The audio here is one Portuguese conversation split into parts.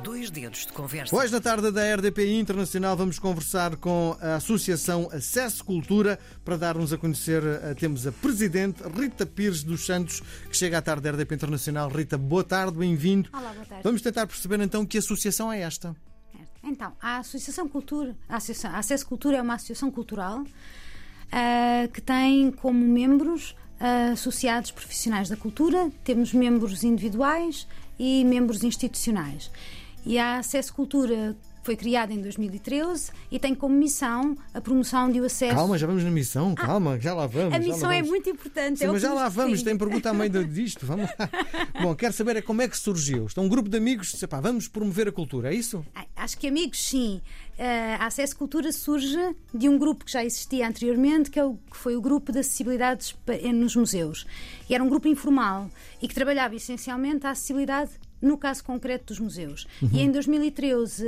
Dois dedos de conversa. Hoje, na tarde da RDP Internacional, vamos conversar com a Associação Acesso Cultura. Para dar-nos a conhecer, temos a Presidente Rita Pires dos Santos, que chega à tarde da RDP Internacional. Rita, boa tarde, bem-vindo. Olá, boa tarde. Vamos tentar perceber então que associação é esta. Então, a Associação Cultura, a Acesso Cultura é uma associação cultural que tem como membros associados profissionais da cultura, temos membros individuais e membros institucionais. E a Acesso Cultura foi criada em 2013 e tem como missão a promoção de o acesso... Calma, já vamos na missão, calma, já lá vamos. A missão é muito importante. Sim, mas já lá vamos, tem pergunta a meio disto, vamos lá. Bom, quero saber como é que surgiu. Está um grupo de amigos, disse, pá, vamos promover a cultura, é isso? Acho que amigos, sim. A Acesso Cultura surge de um grupo que já existia anteriormente, que foi o grupo de acessibilidade nos museus. E era um grupo informal e que trabalhava essencialmente a acessibilidade no caso concreto dos museus. E em 2013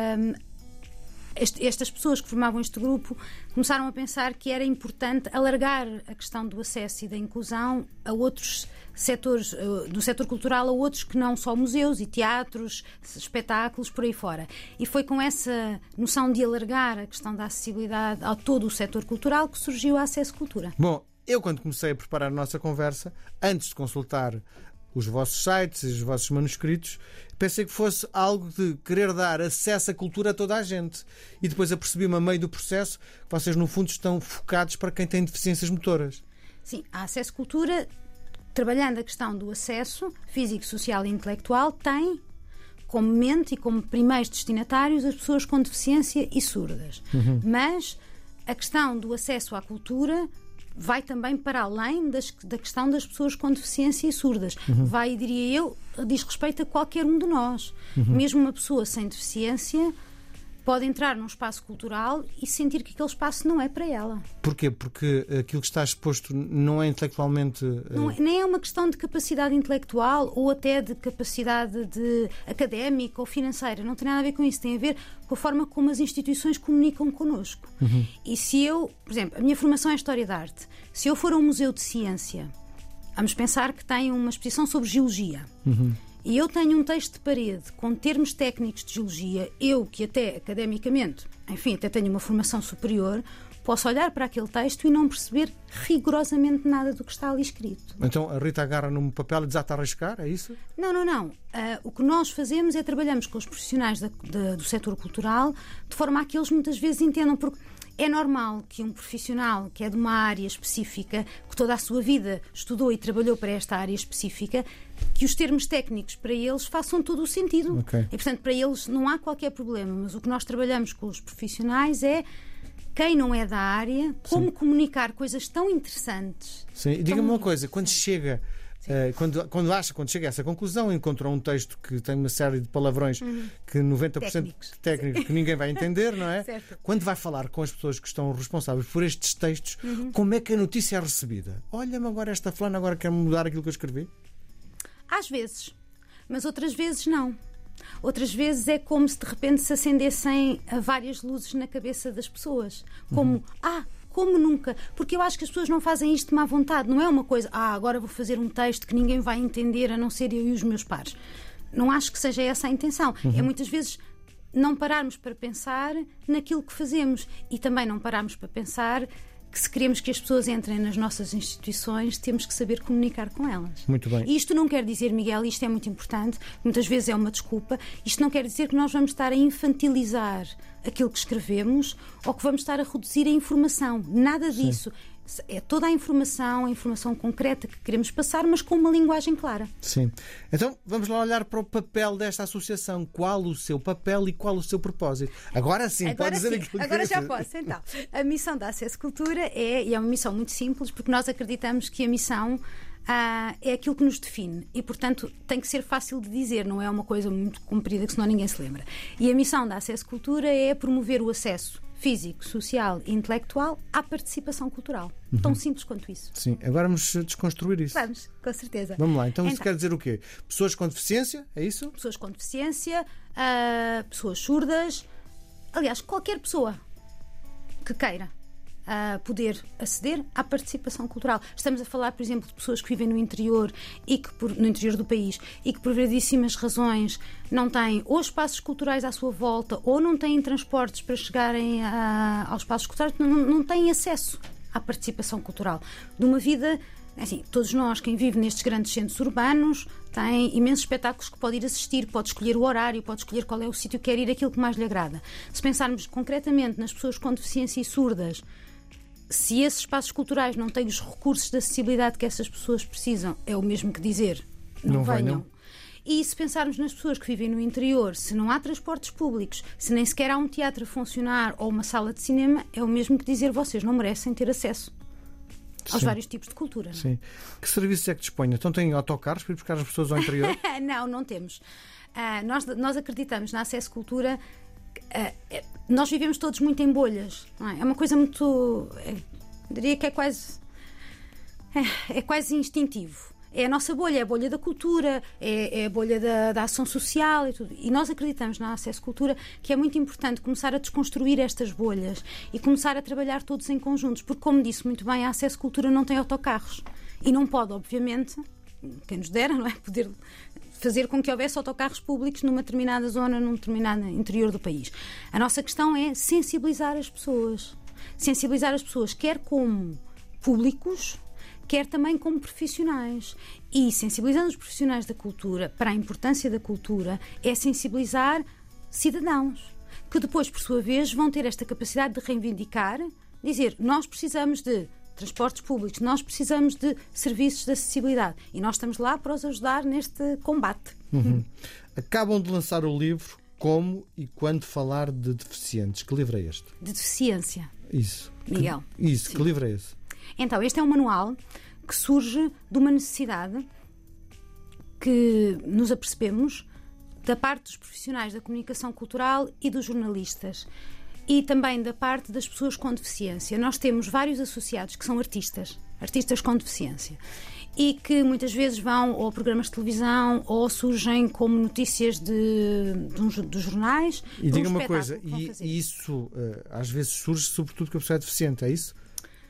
estas pessoas que formavam este grupo começaram a pensar que era importante alargar a questão do acesso e da inclusão a outros setores, do setor cultural, a outros que não só museus e teatros, espetáculos, por aí fora. E foi com essa noção de alargar a questão da acessibilidade a todo o setor cultural que surgiu a Acesso Cultura. Bom, eu quando comecei a preparar a nossa conversa, antes de consultar os vossos sites e os vossos manuscritos, pensei que fosse algo de querer dar acesso à cultura a toda a gente. E depois apercebi-me a meio do processo que vocês, no fundo, estão focados para quem tem deficiências motoras. Sim, a Acesso Cultura, trabalhando a questão do acesso físico, social e intelectual, tem como mente e como primeiros destinatários as pessoas com deficiência e surdas. Mas a questão do acesso à cultura vai também para além da questão das pessoas com deficiência e surdas. Vai, diria eu, diz respeito a qualquer um de nós. Mesmo uma pessoa sem deficiência pode entrar num espaço cultural e sentir que aquele espaço não é para ela. Porquê? Porque aquilo que está exposto não é intelectualmente... Nem é uma questão de capacidade intelectual ou até de capacidade académica ou financeira. Não tem nada a ver com isso. Tem a ver com a forma como as instituições comunicam connosco. E se eu, por exemplo, a minha formação é História da Arte. Se eu for a um museu de ciência, vamos pensar que tem uma exposição sobre geologia. E eu tenho um texto de parede com termos técnicos de geologia, eu que até academicamente, enfim, até tenho uma formação superior, posso olhar para aquele texto e não perceber rigorosamente nada do que está ali escrito. Então a Rita agarra num papel e desata a arriscar, é isso? Não. O que nós fazemos é trabalhamos com os profissionais do setor cultural de forma a que eles muitas vezes entendam, porque é normal que um profissional que é de uma área específica, que toda a sua vida estudou e trabalhou para esta área específica, que os termos técnicos para eles façam todo o sentido. Okay. E, portanto, para eles não há qualquer problema. Mas o que nós trabalhamos com os profissionais é quem não é da área, como comunicar coisas tão interessantes. Sim, e diga-me uma coisa, quando chega... Quando chega a essa conclusão, encontrou um texto que tem uma série de palavrões que 90% técnicos que ninguém vai entender, não é? Certo. Quando vai falar com as pessoas que estão responsáveis por estes textos, como é que a notícia é recebida? Olha-me agora esta fulana, agora quer mudar aquilo que eu escrevi? Às vezes, mas outras vezes não. Outras vezes é como se de repente se acendessem várias luzes na cabeça das pessoas. Como, como nunca? Porque eu acho que as pessoas não fazem isto de má vontade. Não é uma coisa, agora vou fazer um texto que ninguém vai entender a não ser eu e os meus pares. Não acho que seja essa a intenção. É muitas vezes não pararmos para pensar naquilo que fazemos e também não pararmos para pensar que se queremos que as pessoas entrem nas nossas instituições, temos que saber comunicar com elas. Muito bem. E isto não quer dizer, Miguel, isto é muito importante, muitas vezes é uma desculpa, isto não quer dizer que nós vamos estar a infantilizar aquilo que escrevemos ou que vamos estar a reduzir a informação. Nada disso. É toda a informação concreta que queremos passar, mas com uma linguagem clara. Sim. Então vamos lá olhar para o papel desta associação. Qual o seu papel e qual o seu propósito? Agora sim, pode dizer aquilo que agora já dizer. posso. Então, a missão da Acesso Cultura é uma missão muito simples, porque nós acreditamos que a missão é aquilo que nos define e, portanto, tem que ser fácil de dizer, não é uma coisa muito comprida que senão ninguém se lembra. E a missão da Acesso Cultura é promover o acesso físico, social e intelectual à participação cultural. Tão simples quanto isso. Sim, agora vamos desconstruir isso. Vamos, com certeza. Vamos lá, então isso quer dizer o quê? Pessoas com deficiência, é isso? Pessoas com deficiência, pessoas surdas, aliás, qualquer pessoa que queira poder aceder à participação cultural. Estamos a falar, por exemplo, de pessoas que vivem no interior no interior do país e que por variedíssimas razões não têm ou espaços culturais à sua volta ou não têm transportes para chegarem aos espaços culturais, não têm acesso à participação cultural de uma vida. Assim, todos nós, quem vive nestes grandes centros urbanos, tem imensos espetáculos que pode ir assistir, pode escolher o horário, pode escolher qual é o sítio que quer ir, aquilo que mais lhe agrada. Se pensarmos concretamente nas pessoas com deficiência e surdas, se esses espaços culturais não têm os recursos de acessibilidade que essas pessoas precisam, é o mesmo que dizer não venham. E se pensarmos nas pessoas que vivem no interior, se não há transportes públicos, se nem sequer há um teatro a funcionar ou uma sala de cinema, é o mesmo que dizer vocês não merecem ter acesso aos vários tipos de cultura. Não? Sim. Que serviços é que dispõe? Então têm autocarros para ir buscar as pessoas ao interior? Não temos. Nós acreditamos na Acesso Cultura. Nós vivemos todos muito em bolhas. Não é? É uma coisa muito... diria que é quase instintivo. É a nossa bolha, é a bolha da cultura, é a bolha da ação social e tudo. E nós acreditamos na Acesso Cultura que é muito importante começar a desconstruir estas bolhas e começar a trabalhar todos em conjuntos, porque, como disse muito bem, a Acesso Cultura não tem autocarros e não pode, obviamente, quem nos dera, não é, poder fazer com que houvesse autocarros públicos numa determinada zona, num determinado interior do país. A nossa questão é sensibilizar as pessoas. Sensibilizar as pessoas, quer como públicos, quer também como profissionais. E sensibilizando os profissionais da cultura para a importância da cultura é sensibilizar cidadãos, que depois, por sua vez, vão ter esta capacidade de reivindicar, dizer, nós precisamos de transportes públicos, nós precisamos de serviços de acessibilidade e nós estamos lá para os ajudar neste combate. Acabam de lançar o livro Como e Quando Falar de Deficientes. Que livro é este? De deficiência. Isso. Miguel. Que livro é esse? Então, este é um manual que surge de uma necessidade que nos apercebemos da parte dos profissionais da comunicação cultural e dos jornalistas e também da parte das pessoas com deficiência. Nós temos vários associados que são artistas com deficiência e que muitas vezes vão ou a programas de televisão ou surgem como notícias dos jornais. E diga uma coisa, e isso às vezes surge sobretudo que a pessoa é deficiente, é isso?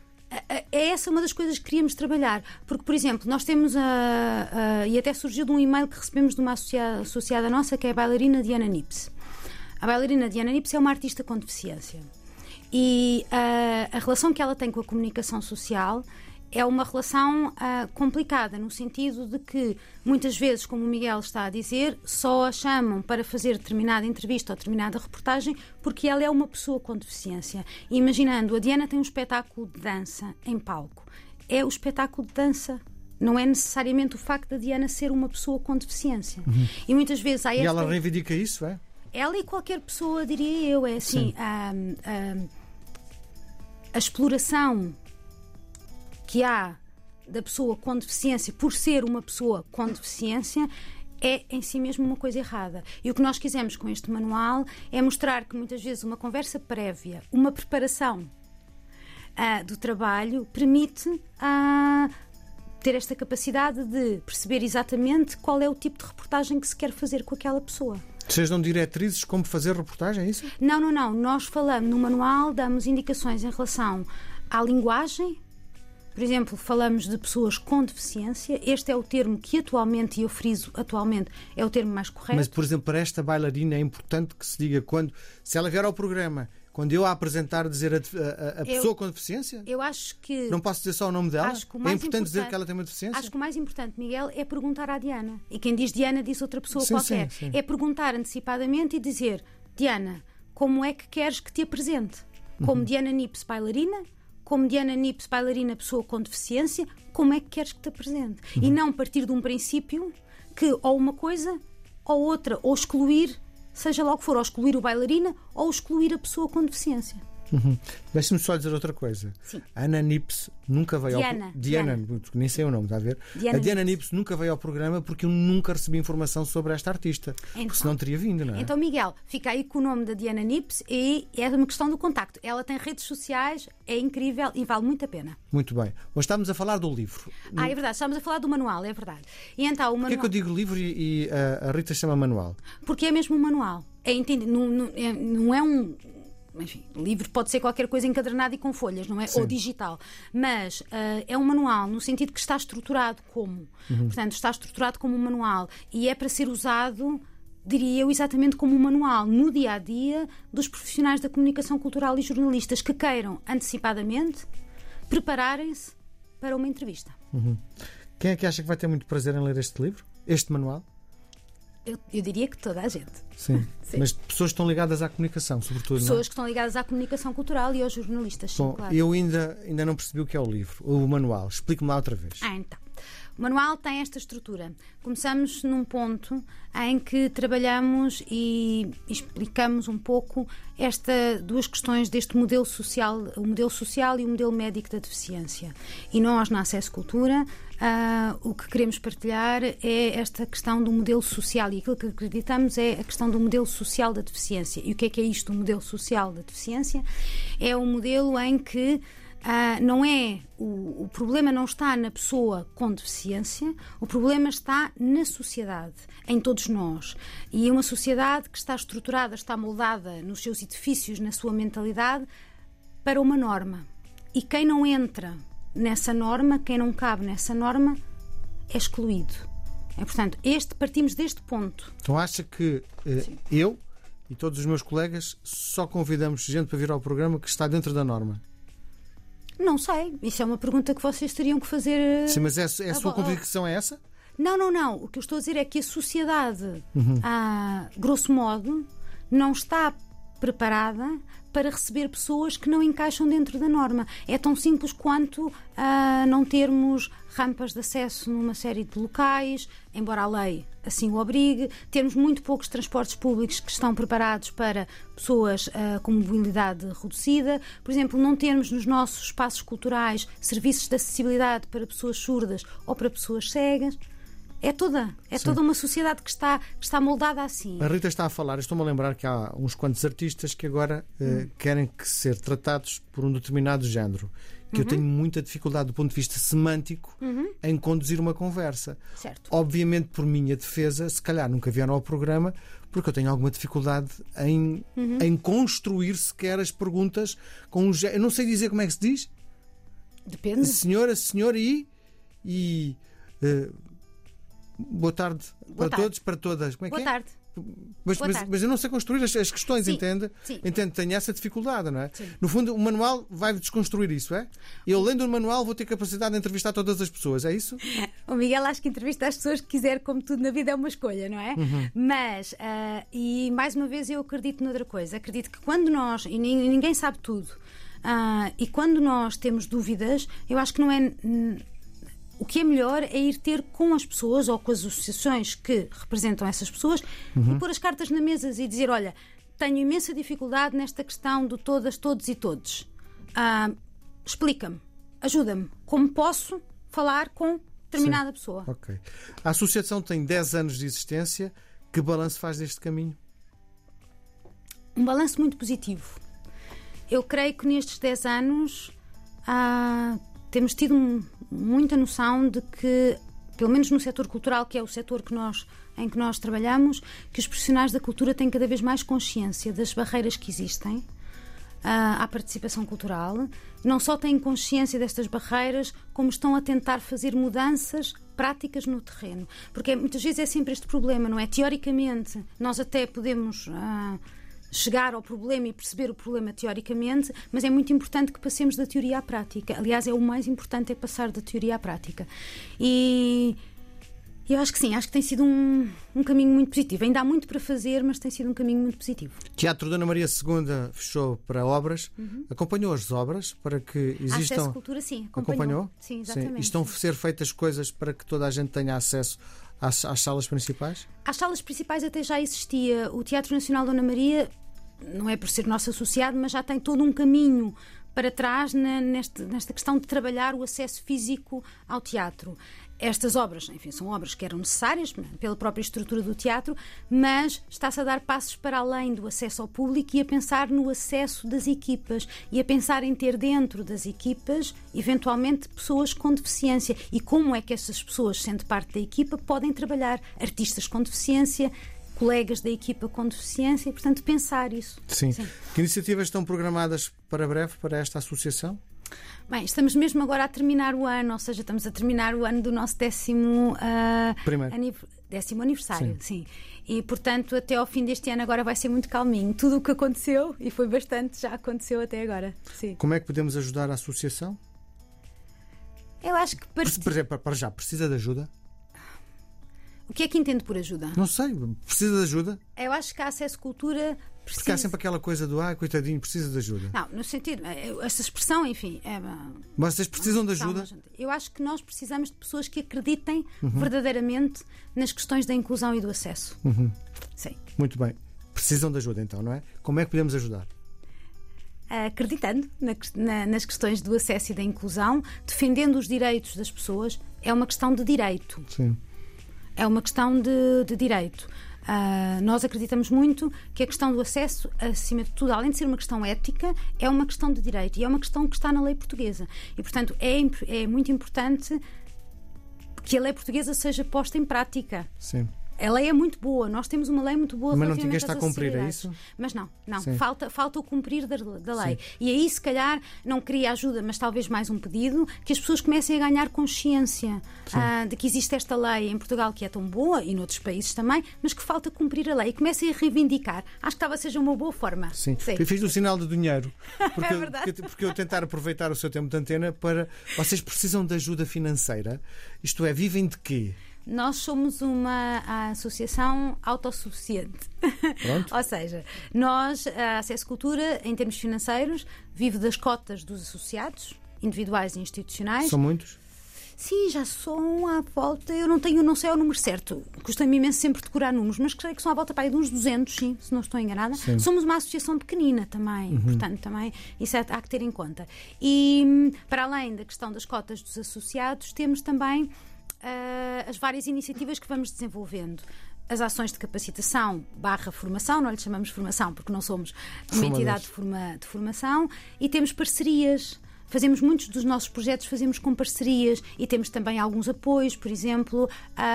É essa uma das coisas que queríamos trabalhar, porque, por exemplo, nós temos e até surgiu de um e-mail que recebemos de uma associada nossa, que é a bailarina Diana Nips. A bailarina Diana Nips é uma artista com deficiência e a relação que ela tem com a comunicação social é uma relação complicada, no sentido de que muitas vezes, como o Miguel está a dizer, só a chamam para fazer determinada entrevista ou determinada reportagem porque ela é uma pessoa com deficiência. E imaginando, a Diana tem um espetáculo de dança em palco. É o espetáculo de dança. Não é necessariamente o facto da Diana ser uma pessoa com deficiência. E muitas vezes há esta... E ela reivindica isso, é? Ela e qualquer pessoa, diria eu, é assim, a exploração que há da pessoa com deficiência por ser uma pessoa com deficiência é em si mesmo uma coisa errada. E o que nós quisemos com este manual é mostrar que muitas vezes uma conversa prévia, uma preparação do trabalho permite ter esta capacidade de perceber exatamente qual é o tipo de reportagem que se quer fazer com aquela pessoa. Vocês dão diretrizes como fazer reportagem, é isso? Não. Nós falamos no manual, damos indicações em relação à linguagem. Por exemplo, falamos de pessoas com deficiência. Este é o termo que atualmente, e eu friso atualmente, é o termo mais correto. Mas, por exemplo, para esta bailarina é importante que se diga se ela vier ao programa, quando eu a apresentar, dizer a pessoa com deficiência? Eu acho que... Não posso dizer só o nome dela? É importante dizer que ela tem uma deficiência? Acho que o mais importante, Miguel, é perguntar à Diana. E quem diz Diana diz outra pessoa qualquer. Sim. É perguntar antecipadamente e dizer: Diana, como é que queres que te apresente? Como Diana Nips, bailarina? Como Diana Nips, bailarina, pessoa com deficiência? Como é que queres que te apresente? E não partir de um princípio que ou uma coisa ou outra, ou excluir, seja lá o que for, ou excluir o bailarina ou excluir a pessoa com deficiência. Deixa-me só dizer outra coisa. Sim. A Ana Nips nunca veio Diana, nem sei o nome, está a ver? A Diana Nips nunca veio ao programa porque eu nunca recebi informação sobre esta artista. Porque senão teria vindo, não é? Então, Miguel, fica aí com o nome da Diana Nips e é uma questão do contacto. Ela tem redes sociais, é incrível e vale muito a pena. Muito bem. Mas estamos a falar do livro. É verdade, estamos a falar do manual, é verdade. E então, o manual... Porquê é que eu digo livro e a Rita chama manual? Porque é mesmo um manual. Não é um enfim, livro pode ser qualquer coisa encadernada e com folhas, não é? Sim. Ou digital. Mas é um manual no sentido que está estruturado como. Portanto, está estruturado como um manual e é para ser usado, diria eu, exatamente como um manual no dia-a-dia dos profissionais da comunicação cultural e jornalistas que queiram antecipadamente prepararem-se para uma entrevista. Quem é que acha que vai ter muito prazer em ler este livro? Este manual? Eu diria que toda a gente. Sim. Sim. Mas pessoas que estão ligadas à comunicação, sobretudo, pessoas não? que estão ligadas à comunicação cultural e aos jornalistas, sim, bom, claro. Eu ainda não percebi o que é o livro, o manual. Explique-me lá outra vez. Então. O manual tem esta estrutura. Começamos num ponto em que trabalhamos e explicamos um pouco duas questões deste modelo social, o modelo social e o modelo médico da deficiência. E nós, na Acesso Cultura, o que queremos partilhar é esta questão do modelo social, e aquilo que acreditamos é a questão do modelo social da deficiência. E o que é isto, o modelo social da deficiência? É um modelo em que não é o problema não está na pessoa com deficiência, o problema está na sociedade, em todos nós. E uma sociedade que está estruturada, está moldada nos seus edifícios, na sua mentalidade, para uma norma. E quem não entra nessa norma, quem não cabe nessa norma, é excluído. Portanto, partimos deste ponto. Então acha que eu e todos os meus colegas só convidamos gente para vir ao programa que está dentro da norma? Não sei. Isso é uma pergunta que vocês teriam que fazer. Sim, mas a sua convicção é essa? Não. O que eu estou a dizer é que a sociedade, grosso modo, não está preparada para receber pessoas que não encaixam dentro da norma. É tão simples quanto não termos rampas de acesso numa série de locais, embora a lei assim o obrigue, termos muito poucos transportes públicos que estão preparados para pessoas com mobilidade reduzida, por exemplo, não termos nos nossos espaços culturais serviços de acessibilidade para pessoas surdas ou para pessoas cegas. É toda uma sociedade que está moldada assim. A Rita está a falar, estou-me a lembrar que há uns quantos artistas que agora querem ser tratados por um determinado género, que eu tenho muita dificuldade do ponto de vista semântico em conduzir uma conversa. Certo. Obviamente, por minha defesa, se calhar nunca vieram ao programa, porque eu tenho alguma dificuldade em construir sequer as perguntas com um género. Eu não sei dizer como é que se diz. Depende. Senhora e boa tarde para todos, para todas. Como é que é? Boa tarde. Mas eu não sei construir as questões, sim, entende? Sim. Entende? Tenho essa dificuldade, não é? Sim. No fundo, o manual vai desconstruir isso, é? Eu, lendo o manual, vou ter capacidade de entrevistar todas as pessoas, é isso? O Miguel acho que entrevista as pessoas que quiser, como tudo na vida é uma escolha, não é? Mas, e mais uma vez eu acredito noutra coisa. Acredito que quando nós, e ninguém sabe tudo, e quando nós temos dúvidas, eu acho que não é... O que é melhor é ir ter com as pessoas ou com as associações que representam essas pessoas e pôr as cartas na mesa e dizer, olha, tenho imensa dificuldade nesta questão de todas, todos e todos. Explica-me, ajuda-me, como posso falar com determinada pessoa. Ok. A associação tem 10 anos de existência. Que balanço faz deste caminho? Um balanço muito positivo. Eu creio que nestes 10 anos temos tido muita noção de que, pelo menos no setor cultural, que é o setor em que nós trabalhamos, que os profissionais da cultura têm cada vez mais consciência das barreiras que existem à participação cultural. Não só têm consciência destas barreiras, como estão a tentar fazer mudanças práticas no terreno. Porque muitas vezes é sempre este problema, não é? Teoricamente, nós até podemos chegar ao problema e perceber o problema teoricamente, mas é muito importante que passemos da teoria à prática. Aliás, o mais importante é passar da teoria à prática. E eu acho que sim, acho que tem sido um caminho muito positivo. Ainda há muito para fazer, mas tem sido um caminho muito positivo. Teatro Dona Maria II fechou para obras. Acompanhou as obras para que existam... A Acesso Cultura, sim. Acompanhou? Sim, exatamente. Sim. E estão a ser feitas coisas para que toda a gente tenha acesso às salas principais? Às salas principais até já existia. O Teatro Nacional Dona Maria, não é por ser nosso associado, mas já tem todo um caminho para trás nesta questão de trabalhar o acesso físico ao teatro. Estas obras, enfim, são obras que eram necessárias pela própria estrutura do teatro, mas está-se a dar passos para além do acesso ao público e a pensar no acesso das equipas e a pensar em ter dentro das equipas, eventualmente, pessoas com deficiência e como é que essas pessoas, sendo parte da equipa, podem trabalhar. Artistas com deficiência, colegas da equipa com deficiência e, portanto, pensar isso. Sim. Que iniciativas estão programadas para breve para esta associação? Bem, estamos mesmo agora a terminar o ano, ou seja, estamos a terminar o ano do nosso 10º aniversário. Sim. E, portanto, até ao fim deste ano agora vai ser muito calminho. Tudo o que aconteceu, e foi bastante, já aconteceu até agora. Sim. Como é que podemos ajudar a associação? Eu acho que... Por exemplo, para já, precisa de ajuda? O que é que entendo por ajuda? Não sei, precisa de ajuda? Eu acho que a Acesso Cultura precisa... Porque há sempre aquela coisa do coitadinho, precisa de ajuda. Não, no sentido, essa expressão, enfim... Vocês precisam de ajuda? Eu acho que nós precisamos de pessoas que acreditem verdadeiramente nas questões da inclusão e do acesso. Sim. Muito bem. Precisam de ajuda então, não é? Como é que podemos ajudar? Acreditando nas questões do acesso e da inclusão, defendendo os direitos das pessoas. É uma questão de direito. Sim. É uma questão de direito. Nós acreditamos muito que a questão do acesso, acima de tudo, além de ser uma questão ética, é uma questão de direito e é uma questão que está na lei portuguesa. E, portanto, é muito importante que a lei portuguesa seja posta em prática. Sim. A lei é muito boa, nós temos uma lei muito boa. Mas não ninguém está a cumprir, é isso? Mas não. Falta o cumprir da lei. Sim. E aí, se calhar, não queria ajuda, mas talvez mais um pedido, que as pessoas comecem a ganhar consciência de que existe esta lei em Portugal que é tão boa, e noutros países também, mas que falta cumprir a lei, e comecem a reivindicar. Acho que talvez seja uma boa forma. Sim. Eu fiz o sinal do dinheiro, porque, porque eu tentar aproveitar o seu tempo de antena para... Vocês precisam de ajuda financeira? Isto é, vivem de quê? Nós somos uma associação autossuficiente. Ou seja, nós, a Acesso Cultura, em termos financeiros, vive das cotas dos associados, individuais e institucionais. São muitos? Sim, já são à volta, não sei o número certo, custa-me imenso sempre decorar números, mas creio que são à volta para de uns 200, sim, se não estou enganada. Sim. Somos uma associação pequenina também, portanto também isso há que ter em conta. E para além da questão das cotas dos associados, temos também as várias iniciativas que vamos desenvolvendo. As ações de capacitação / formação, não lhe chamamos formação porque não somos uma entidade de formação, e temos parcerias. Fazemos muitos dos nossos projetos, fazemos com parcerias, e temos também alguns apoios. Por exemplo,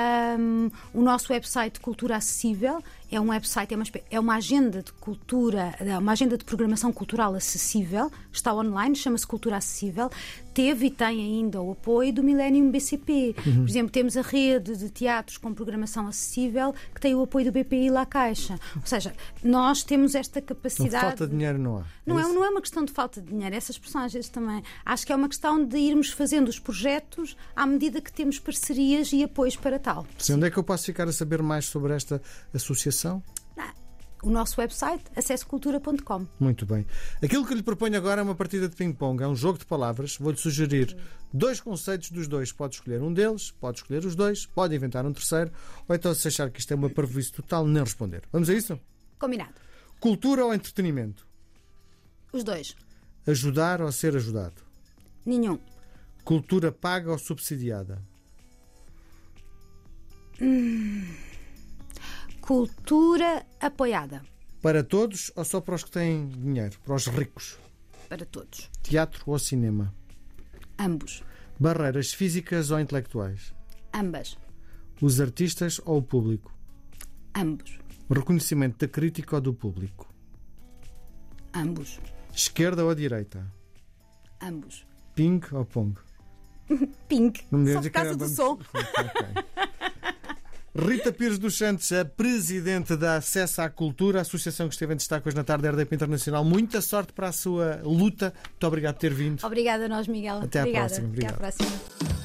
o nosso website Cultura Acessível é um website, é uma agenda de cultura, uma agenda de programação cultural acessível, está online, chama-se Cultura Acessível. Teve e tem ainda o apoio do Millennium BCP. Por exemplo, temos a rede de teatros com programação acessível que tem o apoio do BPI La Caixa. Ou seja, nós temos esta capacidade... Não, falta de dinheiro não há. Não é uma questão de falta de dinheiro. Essas personagens também. Acho que é uma questão de irmos fazendo os projetos à medida que temos parcerias e apoios para tal. Sim. Onde é que eu posso ficar a saber mais sobre esta associação? O nosso website, acessocultura.com. Muito bem. Aquilo que lhe proponho agora é uma partida de ping-pong. É um jogo de palavras. Vou-lhe sugerir 2 conceitos dos 2. Pode escolher um deles, pode escolher os 2, pode inventar um terceiro, ou então, se achar que isto é uma parvoíce total, nem responder. Vamos a isso? Combinado. Cultura ou entretenimento? Os 2. Ajudar ou ser ajudado? Nenhum. Cultura paga ou subsidiada? Cultura apoiada. Para todos ou só para os que têm dinheiro? Para os ricos? Para todos. Teatro ou cinema? Ambos. Barreiras físicas ou intelectuais? Ambas. Os artistas ou o público? Ambos. Reconhecimento da crítica ou do público? Ambos. Esquerda ou direita? Ambos. Ping ou pong? Pink. Só por causa do som. Rita Pires dos Santos, a presidente da Acesso à Cultura, a associação que esteve em destaque hoje na tarde da RDP Internacional. Muita sorte para a sua luta. Muito obrigado por ter vindo. Obrigada a nós, Miguel. Até à próxima. Até à próxima.